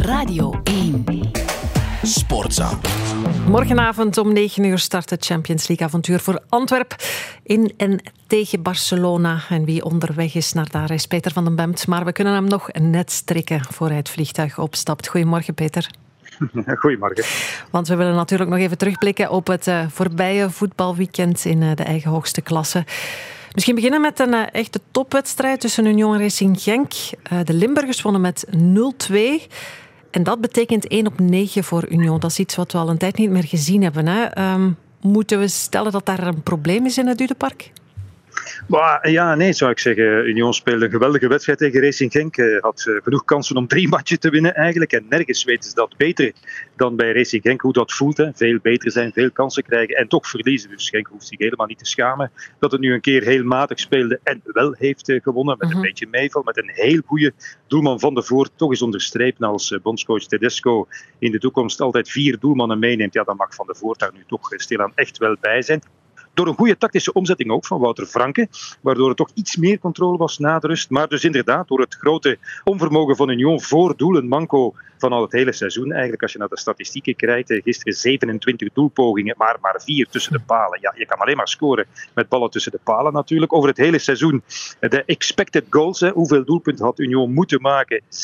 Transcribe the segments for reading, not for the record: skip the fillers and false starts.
Radio 1. Sportza. Morgenavond om 9 uur start het Champions League avontuur voor Antwerpen in en tegen Barcelona. En wie onderweg is naar daar is Peter van den Bemt. Maar we kunnen hem nog net strikken voor hij het vliegtuig opstapt. Goedemorgen, Peter. Goedemorgen. Want we willen natuurlijk nog even terugblikken op het voorbije voetbalweekend in de eigen hoogste klasse. Misschien beginnen met een echte topwedstrijd tussen Union en Racing Genk. De Limburgers wonnen met 0-2. En dat betekent 1-9 voor Union. Dat is iets wat we al een tijd niet meer gezien hebben. Hè? Moeten we stellen dat daar een probleem is in het Dudepark? Ja, nee, zou ik zeggen. Union speelde een geweldige wedstrijd tegen Racing Genk. Had genoeg kansen om 3 matchen te winnen eigenlijk. En nergens weten ze dat beter dan bij Racing Genk. Hoe dat voelt. Hè. Veel beter zijn, veel kansen krijgen en toch verliezen. Dus Genk hoeft zich helemaal niet te schamen dat het nu een keer heel matig speelde en wel heeft gewonnen. Met een beetje meeval, met een heel goede doelman Van de Voort. Toch eens onderstrepen als bondscoach Tedesco in de toekomst altijd 4 doelmannen meeneemt. Ja, dan mag Van de Voort daar nu toch stilaan echt wel bij zijn. Door een goede tactische omzetting ook van Wouter Franke, waardoor er toch iets meer controle was na de rust. Maar dus inderdaad, door het grote onvermogen van Union voor doel, een manco van al het hele seizoen. Eigenlijk, als je naar de statistieken kijkt, gisteren 27 doelpogingen, maar 4 tussen de palen. Ja, je kan alleen maar scoren met ballen tussen de palen natuurlijk. Over het hele seizoen, de expected goals, hoeveel doelpunten had Union moeten maken? 17,48.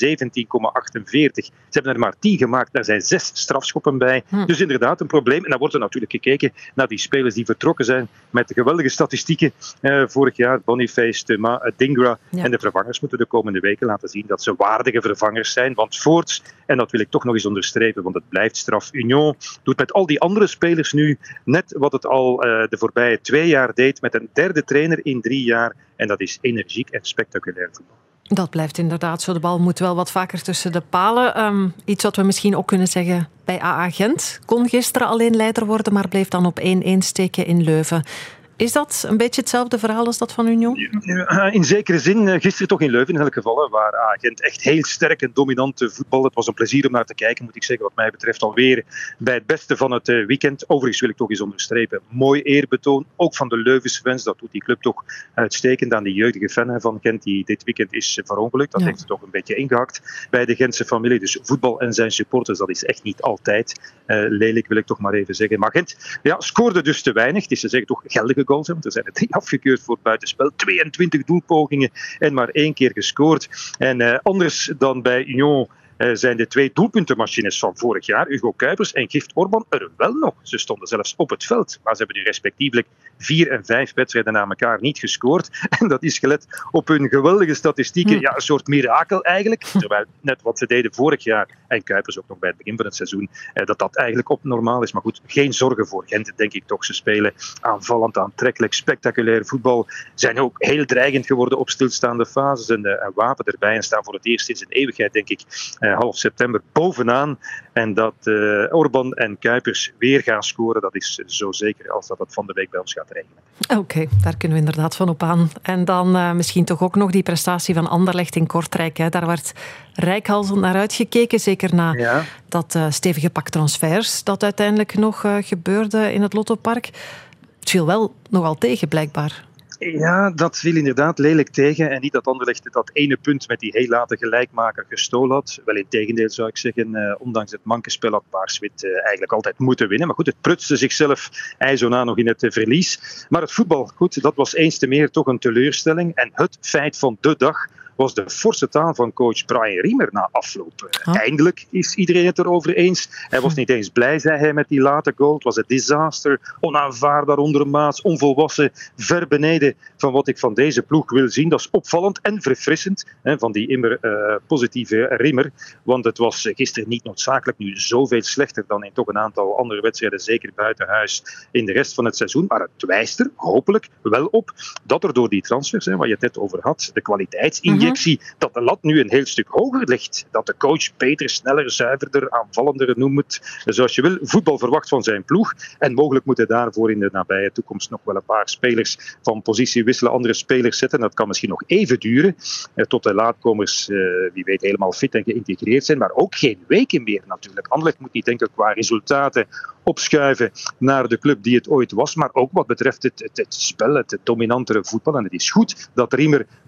Ze hebben er maar 10 gemaakt, daar zijn 6 strafschoppen bij. Dus inderdaad een probleem. En dan wordt er natuurlijk gekeken naar die spelers die vertrokken zijn met de geweldige statistieken vorig jaar. Boniface, Thuma, Dingra. Ja. En de vervangers moeten de komende weken laten zien dat ze waardige vervangers zijn. Want Voorts, en dat wil ik toch nog eens onderstrepen, want het blijft straf. Union doet met al die andere spelers nu net wat het al de voorbije 2 jaar deed met een 3e trainer in 3 jaar. En dat is energiek en spectaculair voetbal. Dat blijft inderdaad zo. De bal moet wel wat vaker tussen de palen. Iets wat we misschien ook kunnen zeggen bij AA Gent. Kon gisteren alleen leider worden, maar bleef dan op 1-1 steken in Leuven. Is dat een beetje hetzelfde verhaal als dat van Union? In zekere zin, gisteren toch in Leuven in elk geval, waar Gent echt heel sterk en dominant voetbal. Het was een plezier om naar te kijken, moet ik zeggen, wat mij betreft alweer bij het beste van het weekend. Overigens wil ik toch eens onderstrepen, mooi eerbetoon, ook van de Leuvense fans. Dat doet die club toch uitstekend aan die jeugdige fan van Gent die dit weekend is verongelukt. Dat heeft het toch een beetje ingehakt bij de Gentse familie. Dus voetbal en zijn supporters, dat is echt niet altijd lelijk, wil ik toch maar even zeggen. Maar Gent scoorde dus te weinig. Het is te zeggen toch geldige goals, want er zijn er 3 afgekeurd voor het buitenspel. 22 doelpogingen en maar 1 keer gescoord. En anders dan bij Union zijn de 2 doelpuntenmachines van vorig jaar, Hugo Kuipers en Gift Orban, er wel nog. Ze stonden zelfs op het veld, maar ze hebben nu respectievelijk 4 en 5 wedstrijden na elkaar niet gescoord. En dat is gelet op hun geweldige statistieken. Ja, een soort mirakel eigenlijk. Terwijl net wat ze deden vorig jaar, en Kuipers ook nog bij het begin van het seizoen, dat eigenlijk op normaal is. Maar goed, geen zorgen voor Gent, denk ik toch. Ze spelen aanvallend, aantrekkelijk, spectaculair voetbal. Zijn ook heel dreigend geworden op stilstaande fases en wapen erbij. En staan voor het eerst sinds een eeuwigheid, denk ik, half september bovenaan. En dat Orban en Kuipers weer gaan scoren, dat is zo zeker als dat het van de week bij ons gaat regenen. Oké, daar kunnen we inderdaad van op aan. En dan misschien toch ook nog die prestatie van Anderlecht in Kortrijk. Hè. Daar werd reikhalzend naar uitgekeken, zeker na dat stevige pak transfers dat uiteindelijk nog gebeurde in het Lottopark. Het viel wel nogal tegen, blijkbaar. Ja, dat viel inderdaad lelijk tegen. En niet dat Anderlecht dat ene punt met die heel late gelijkmaker gestolen had. Wel in tegendeel zou ik zeggen. Ondanks het mankenspel had Paars-Wit eigenlijk altijd moeten winnen. Maar goed, het prutste zichzelf ijzona nog in het verlies. Maar het voetbal, goed, dat was eens te meer toch een teleurstelling. En het feit van de dag was de forse taal van coach Brian Riemer na afloop. Eindelijk is iedereen het erover eens. Hij was niet eens blij, zei hij, met die late goal. Het was een disaster, onaanvaardbaar ondermaats, onvolwassen, ver beneden van wat ik van deze ploeg wil zien. Dat is opvallend en verfrissend van die immer positieve Riemer. Want het was gisteren niet noodzakelijk nu zoveel slechter dan in toch een aantal andere wedstrijden, zeker buiten huis in de rest van het seizoen. Maar het wijst er hopelijk wel op dat er door die transfers, waar je het net over had, de kwaliteitsinjectie, dat de lat nu een heel stuk hoger ligt. Dat de coach beter, sneller, zuiverder, aanvallender, noem het zoals je wil, voetbal verwacht van zijn ploeg. En mogelijk moeten daarvoor in de nabije toekomst nog wel een paar spelers van positie wisselen, andere spelers zetten. Dat kan misschien nog even duren, tot de laatkomers, wie weet, helemaal fit en geïntegreerd zijn. Maar ook geen weken meer natuurlijk. Anderlecht moet niet denken qua resultaten opschuiven naar de club die het ooit was, maar ook wat betreft het spel, het dominantere voetbal. En het is goed dat Riemer dat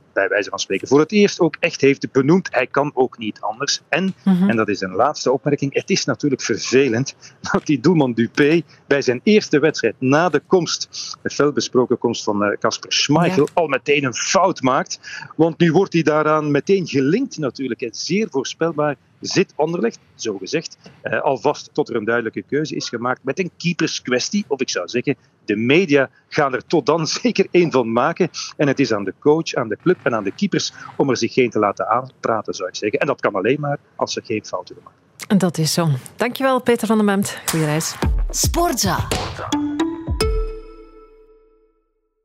bij wijze van spreken voor het eerst ook echt heeft benoemd. Hij kan ook niet anders. En dat is een laatste opmerking, het is natuurlijk vervelend dat die doelman Dupé bij zijn eerste wedstrijd na de de felbesproken komst van Kasper Schmeichel, al meteen een fout maakt. Want nu wordt hij daaraan meteen gelinkt natuurlijk. En zeer voorspelbaar zit Anderlecht, zo gezegd, alvast tot er een duidelijke keuze is gemaakt met een keeperskwestie. Of ik zou zeggen, de media gaan er tot dan zeker één van maken. En het is aan de coach, aan de club en aan de keepers om er zich geen te laten aanpraten, zou ik zeggen. En dat kan alleen maar als ze geen fouten maken. En dat is zo. Dankjewel, Peter van den Bemt. Goeie reis. Sportza.